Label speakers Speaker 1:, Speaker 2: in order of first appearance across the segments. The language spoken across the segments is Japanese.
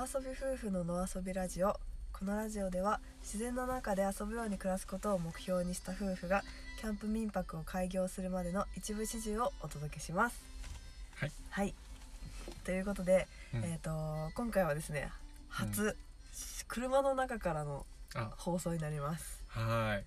Speaker 1: 遊び夫婦の野遊びラジオ。このラジオでは自然の中で遊ぶように暮らすことを目標にした夫婦がキャンプ民泊を開業するまでの一部始終をお届けします。はい、ということで、今回はですね初、車の中からの放送になります。
Speaker 2: はい。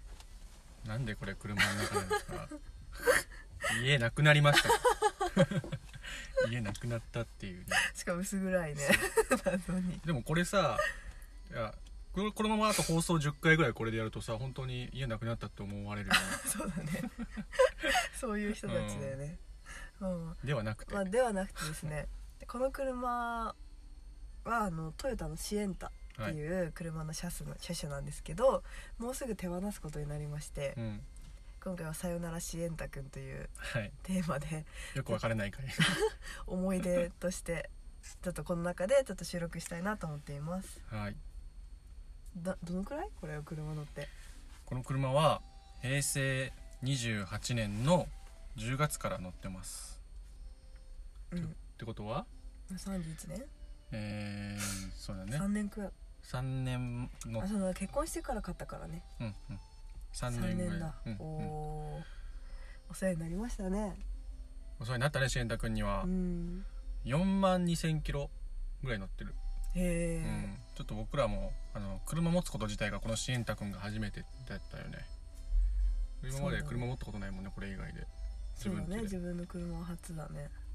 Speaker 2: なんでこれ車の中なんですか家なくなりました家なくなったっていうね。
Speaker 1: しかも薄暗いね謎に。
Speaker 2: でもこれさ、いやこのままあと放送10回ぐらいこれでやるとさ、本当に家なくなったって思われるよね
Speaker 1: そうだねそういう人たちだよね、
Speaker 2: ではなくて、
Speaker 1: ではなくてですね、この車はトヨタのシエンタっていう車の車種なんですけど、もうすぐ手放すことになりまして、今回はさよならシエンタくんというテーマで、
Speaker 2: よくわからないかい
Speaker 1: 思い出としてちょっとこの中でちょっと収録したいなと思っています。
Speaker 2: はい。
Speaker 1: どのくらいこれを車乗って？こ
Speaker 2: の車は平成28年の10月から乗ってます、ってことは
Speaker 1: 31年？
Speaker 2: そうだね、
Speaker 1: 3年くらい。
Speaker 2: 3年の
Speaker 1: そうだ、結婚してから買ったからね。3年ぐらいだ。お世話になりましたね。
Speaker 2: お世話になったね、シエンタ君には。4万2000キロぐらい乗ってる。
Speaker 1: へえ、
Speaker 2: ちょっと僕らも車持つこと自体がこのシエンタ君が初めてだったよね。今まで車持ったことないもんね、これ以外で。
Speaker 1: そうだね、自分の車は初だ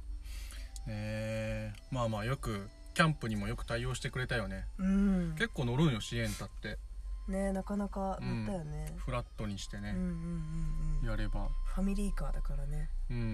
Speaker 1: ね。
Speaker 2: まあよくキャンプにもよく対応してくれたよね。結構乗るんよ、シエンタって
Speaker 1: ね。なかなか乗ったよね、
Speaker 2: フラットにしてね、やれば
Speaker 1: ファミリーカーだからね。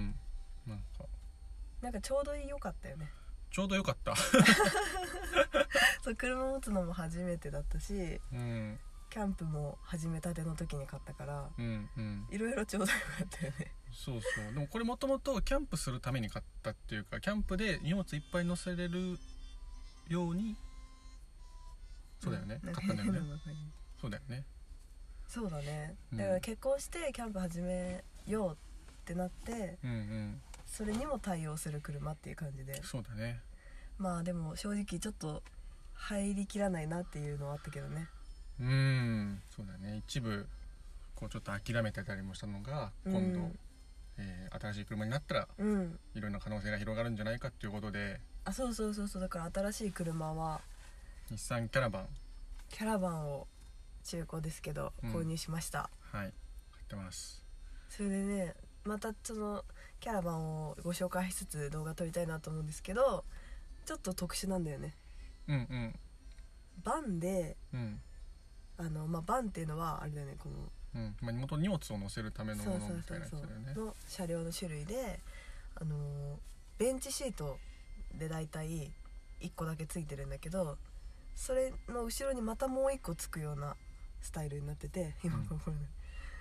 Speaker 1: なんかちょうど良かったよね。
Speaker 2: ちょうど良かった
Speaker 1: そう、車持つのも初めてだったし、キャンプも始めたての時に買ったから、いろいろちょうど良かったよね。
Speaker 2: そうでもこれもともとキャンプするために買ったっていうか、キャンプで荷物いっぱい乗せれるように、そうだよね、買ったんだよね。そうだよね。
Speaker 1: そうだね。だから結婚してキャンプ始めようってなって、それにも対応する車っていう感じで。
Speaker 2: そうだね。
Speaker 1: まあでも正直ちょっと入りきらないなっていうのはあったけどね。
Speaker 2: そうだね。一部こうちょっと諦めてたりもしたのが、今度、新しい車になったら、いろんな可能性が広がるんじゃないかっていうことで。そう。
Speaker 1: だから新しい車は
Speaker 2: 日産キャラバン
Speaker 1: を中古ですけど購入しました。
Speaker 2: はい、買ってます。
Speaker 1: それでね、またそのキャラバンをご紹介しつつ動画撮りたいなと思うんですけど、ちょっと特殊なんだよね。バンで、バンっていうのはあれだよね、この
Speaker 2: 元荷物を乗せるためのものみたいなやつだよね。
Speaker 1: の車両の種類で、ベンチシートでだいたい1個だけついてるんだけど、それの後ろにまたもう1個つくようなスタイルになってて、今これね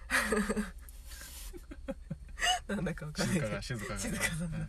Speaker 1: なんだか分かんないけど静かさんだ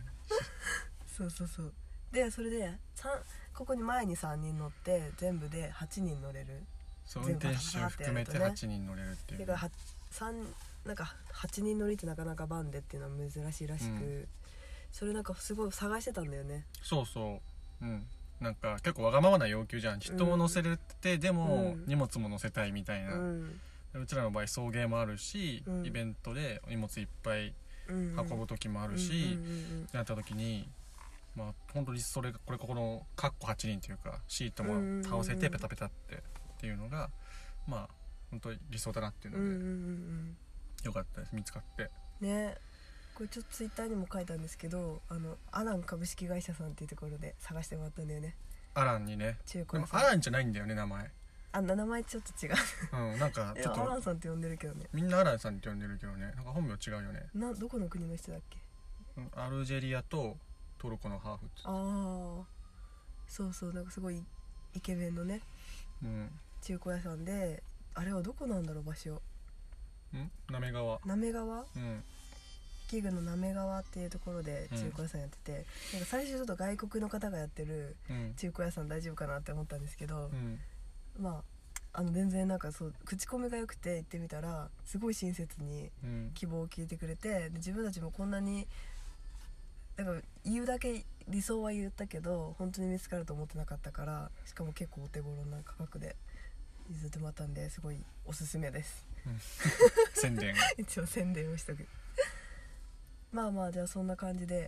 Speaker 1: そうで、それでここに前に3人乗って全部で8人乗れる。
Speaker 2: 運転手を含めて8人乗れるっていう。
Speaker 1: だからなんか8人乗りってなかなかバンでっていうのは珍しいらしく、それなんかすごい探してたんだよね。
Speaker 2: なんか結構わがままな要求じゃん。人も乗せるって、でも荷物も乗せたいみたいな。うちらの場合送迎もあるし、イベントで荷物いっぱい運ぶ時もあるし、ってなった時に、本当にここのカッコ8人というか、シートも倒せてペタペタっていうのが本当に理想だなっていうので、よかったです、見つかって
Speaker 1: ね。これちょっとツイッターにも書いたんですけど、アラン株式会社さんっていうところで探してもらったんだよね。
Speaker 2: アランにね。
Speaker 1: 中古
Speaker 2: でもアランじゃないんだよね、名前。
Speaker 1: 名前ちょっと違う
Speaker 2: なんかちょっと
Speaker 1: アランさんって呼んでるけどね。
Speaker 2: みんなアランさんって呼んでるけどね、なんか本名違うよね。
Speaker 1: どこの国の人だっけ？
Speaker 2: アルジェリアとトルコのハーフって。
Speaker 1: そう、なんかすごいイケメンのね、中古屋さんで、あれはどこなんだろう、場所。
Speaker 2: 滑川。
Speaker 1: 器具の滑川っていうところで中古屋さんやってて、なんか最初ちょっと外国の方がやってる中古屋さん大丈夫かなって思ったんですけど、全然なんか口コミが良くて行ってみたら、すごい親切に希望を聞いてくれて、で自分たちもこんなになんか言うだけ理想は言ったけど本当に見つかると思ってなかったから、しかも結構お手頃な価格で譲ってもらったんで、すごいおすすめです、
Speaker 2: 宣伝
Speaker 1: 一応宣伝をしとく。まあまあ、じゃあそんな感じで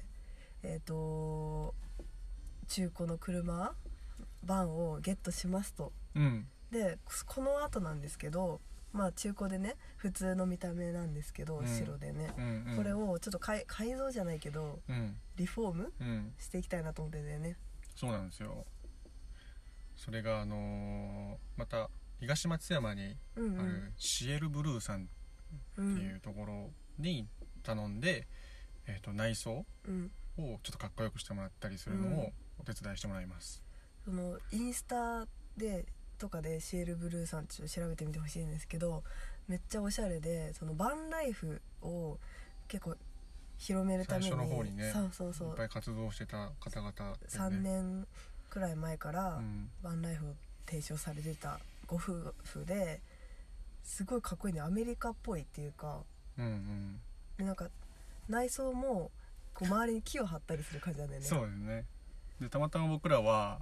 Speaker 1: 中古の車バンをゲットしますと、
Speaker 2: うん、
Speaker 1: でこの後なんですけど、まあ中古でね普通の見た目なんですけど、白でね、これをちょっと改造じゃないけど、リフォーム、していきたいなと思ってんだよね。
Speaker 2: そうなんですよ。それがまた東松山にあるシエルブルーさんっていうところに頼んで、内装をちょっとかっこよくしてもらったりするのをお手伝いしてもらいます。
Speaker 1: そのインスタでとかでシエルブルーさんちょっと調べてみてほしいんですけど、めっちゃおしゃれで、そのバンライフを結構広めるために
Speaker 2: 最初の方にね、
Speaker 1: そうい
Speaker 2: っぱい活動してた方々、ね、
Speaker 1: 3年くらい前からバンライフを提唱されてたご夫婦で、すごいかっこいいね、アメリカっぽいっていうか、でなんか内装もこう周りに木を張ったりする感じなんだよね。
Speaker 2: そうですね。でたまたま僕らは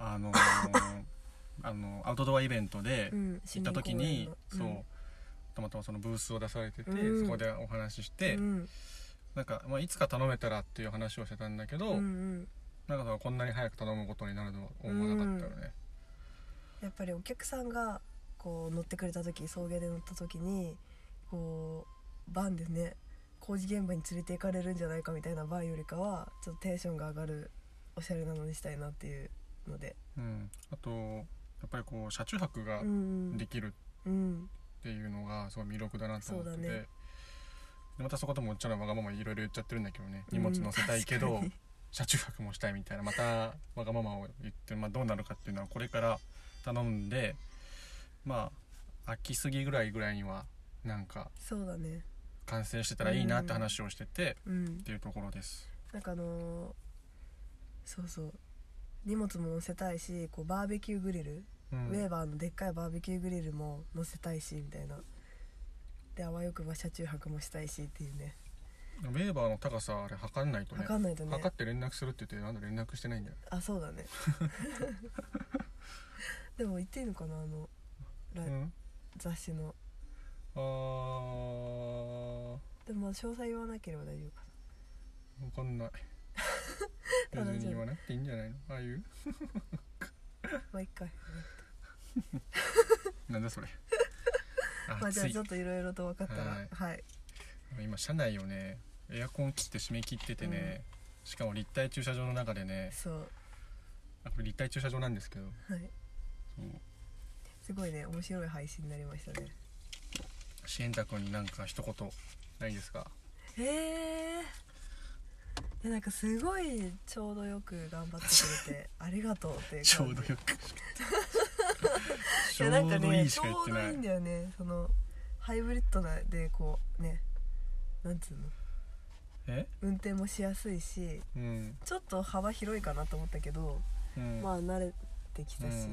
Speaker 2: アウトドアイベントで行った時に、そうたまたまそのブースを出されてて、そこでお話しして、なんか、いつか頼めたらっていう話をしてたんだけど、なんかこんなに早く頼むことになるとは思わなかったよね。
Speaker 1: やっぱりお客さんがこう乗ってくれた時、送迎で乗った時にこうバンでね工事現場に連れて行かれるんじゃないかみたいなバンよりかはちょっとテンションが上がるおしゃれなのにしたいなっていうので、
Speaker 2: あとやっぱりこう車中泊ができるっていうのがすごい魅力だなと思ってて、でまたそこでもうちらのわがままいろいろ言っちゃってるんだけどね、荷物乗せたいけど車中泊もしたいみたいな、またわがままを言って、どうなるかっていうのはこれから頼んで、飽きすぎぐらいにはなんか
Speaker 1: そうだね
Speaker 2: 完成してたらいいなって話をしてて、っていうところです。
Speaker 1: なんかそう荷物も乗せたいし、こうバーベキューグリル、ウェーバーのでっかいバーベキューグリルも乗せたいしみたいな、であわよくば車中泊もしたいしっていうね。
Speaker 2: ウェーバーの高さあれ測んないとね、
Speaker 1: 測
Speaker 2: って連絡するって言ってなんだ連絡してないんだよ。
Speaker 1: あ、そうだねでも言っていいのかな、雑誌のでも詳細言わなければ大丈夫か
Speaker 2: な。分かんない別に言わなくていいんじゃないの、ああいう
Speaker 1: 一回
Speaker 2: なんだそれ
Speaker 1: じゃあちょっといろいろと分かったら、
Speaker 2: 今車内をねエアコン切って締め切っててね、しかも立体駐車場の中でね、
Speaker 1: そう
Speaker 2: これ立体駐車場なんですけど、そう
Speaker 1: すごいね面白い配信になりましたね。
Speaker 2: シエンタ君になんか一言ないですか？
Speaker 1: なんかすごいちょうどよく頑張ってくれてありがとうっていう感じ。
Speaker 2: ちょうどよく
Speaker 1: ちょうどいいしか言ってない。ちょうどいいんだよね、そのハイブリッドなでこうね、なんつうの、運転もしやすいし、ちょっと幅広いかなと思ったけど、慣れてきたし、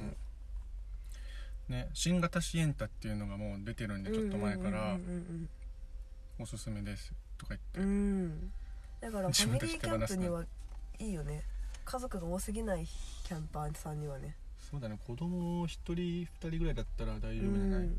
Speaker 2: 新型シエンタっていうのがもう出てるんで、ちょっと前からおすすめですとか言って、
Speaker 1: だからファミリーキャンプにはいいよね。家族が多すぎないキャンパーさんにはね。
Speaker 2: そうだね、子供1人2人ぐらいだったら大丈夫じゃない、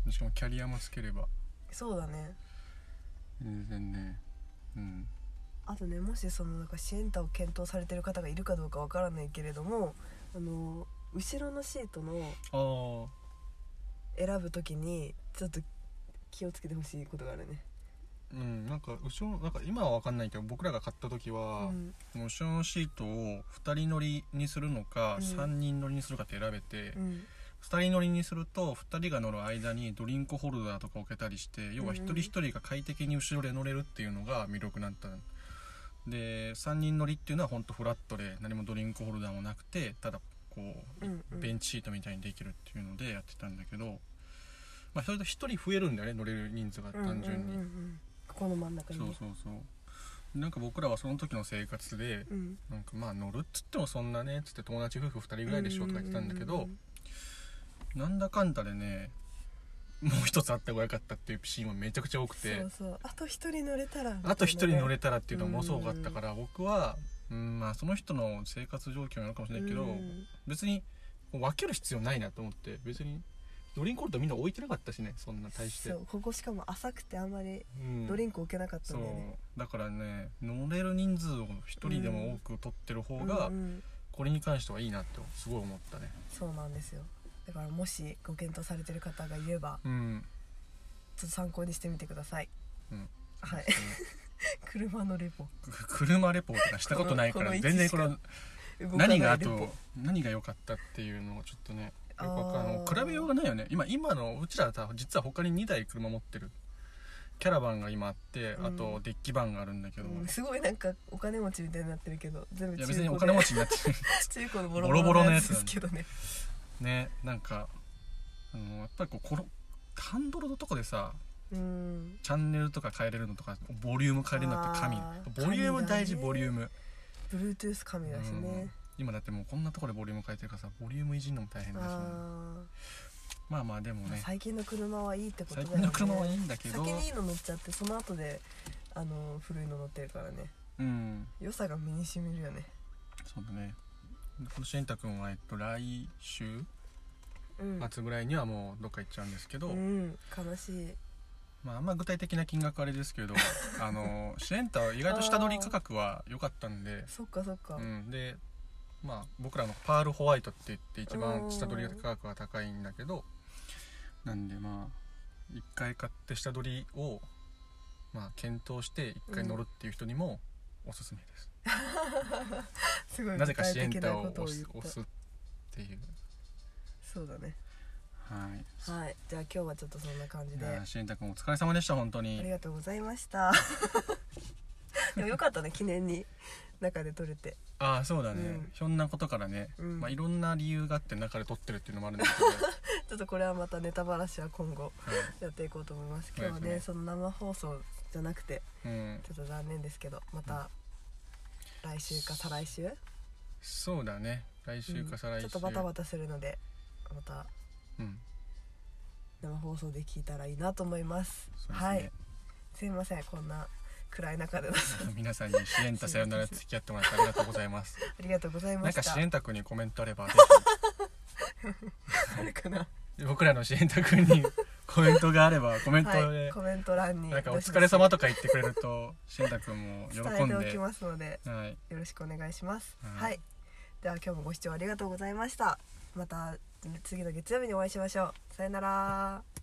Speaker 2: しかもキャリアもつければ。そうだね、全然ね。
Speaker 1: あとね、もしそのなんかシエンタを検討されてる方がいるかどうかわからないけれども、後ろのシートの選ぶときにちょっと気をつけてほしいことがあるね。
Speaker 2: なんか後ろなんか今は分かんないけど、僕らが買った時は、後ろのシートを2人乗りにするのか、3人乗りにするかって選べて、2人乗りにすると2人が乗る間にドリンクホルダーとか置けたりして、要は一人一人が快適に後ろで乗れるっていうのが魅力なんだ。で3人乗りっていうのはほんとフラットで何もドリンクホルダーもなくて、ただこう、ベンチシートみたいにできるっていうのでやってたんだけど、それと1人増えるんだよね、乗れる人数が単純に、
Speaker 1: ここの真ん中に、ね、
Speaker 2: そうなんか僕らはその時の生活で、なんか乗るっつってもそんなねっつって友達夫婦2人ぐらいでしょとか言ってたんだけど、なんだかんだでね、もう一つあった方がよかったっていうシーンはめちゃくちゃ多くて、
Speaker 1: あと1人乗れたら
Speaker 2: っていうのもすごかったから、僕はまあその人の生活状況なのかもしれないけど、別に分ける必要ないなと思って、別にドリンクホルダーみんな置いてなかったしね、そんな大して。
Speaker 1: そう、ここしかも浅くてあんまりドリンク置けなかったんだよね、
Speaker 2: そうだからね、乗れる人数を一人でも多く取ってる方がこれに関してはいいなってすごい思ったね。
Speaker 1: そうなんですよ。だからもしご検討されてる方がいれば、ちょっと参考にしてみてください。はい。車のレポ、
Speaker 2: 車レポとかしたことないから全然この何が良かったっていうのをちょっとね、よくわかんない。比べようがないよね。今のうちらは実は他に2台車持ってる。キャラバンが今あって、あとデッキバンがあるんだけど、
Speaker 1: すごいなんかお金持ちみたいになってるけど、全部中古で。
Speaker 2: いや別にお金持ちになってる
Speaker 1: 中古のボロボロのやつですけどね。
Speaker 2: ね、なんかやっぱりこのハンドルのとこでさ、チャンネルとか変えれるのとか、ボリューム変えれるのって神。ボリューム大事、ボリューム。
Speaker 1: Bluetooth 神だしね。
Speaker 2: 今だってもうこんなところでボリューム変えてるからさ、ボリュームいじるのも大変だし、まあまあでもね、
Speaker 1: 最近の車はいいってことだよね。
Speaker 2: 最近の車はいいんだけど、
Speaker 1: 先にいいの乗っちゃってその後で古いの乗ってるからね、良さが身に染みるよね。
Speaker 2: そうだね。このシェンタ君は来週末ぐらいにはもうどっか行っちゃうんですけど、
Speaker 1: 悲しい。
Speaker 2: まああんま具体的な金額あれですけどシェンタは意外と下取り価格は良かったんで、
Speaker 1: そっかそっか、
Speaker 2: でまあ僕らのパールホワイトって言って一番下取り価格が高いんだけど、なんでまあ一回買って下取りをまあ検討して一回乗るっていう人にもおすすめです。
Speaker 1: すごい
Speaker 2: なぜかシエンタを押すっていう。そうだね。
Speaker 1: はい、じゃあ今日はちょっとそんな感じで、
Speaker 2: シエンタ君お疲れ様でした。本当に
Speaker 1: ありがとうございましたでもよかったね、記念に中で撮れて。
Speaker 2: ああそうだね、ひょんなことからね、まあいろんな理由があって中で撮ってるっていうのもあるんだけど
Speaker 1: ちょっとこれはまたネタばらしは今後やっていこうと思います。今日はね、その生放送じゃなくて、ちょっと残念ですけど、また来週か再来週、
Speaker 2: そうだね、来週か再来週、
Speaker 1: ちょっとバタバタするのでまた生放送で聞いたらいいなと思います。はい、すいません、こんな暗い中で
Speaker 2: 皆さんにシエンタさよなら付き合ってもらってありがとうございます
Speaker 1: ありがとうございました。
Speaker 2: なんかシエンタ君にコメントあれば
Speaker 1: あるかな。
Speaker 2: 僕らのシエンタ君にコメントがあればコメントで、
Speaker 1: コメント欄に
Speaker 2: なんかお疲れ様とか言ってくれるとシエンタ君も喜んで
Speaker 1: 伝えておきますので、よろしくお願いします。はい、では今日もご視聴ありがとうございました。また次の月曜日にお会いしましょう。さよなら。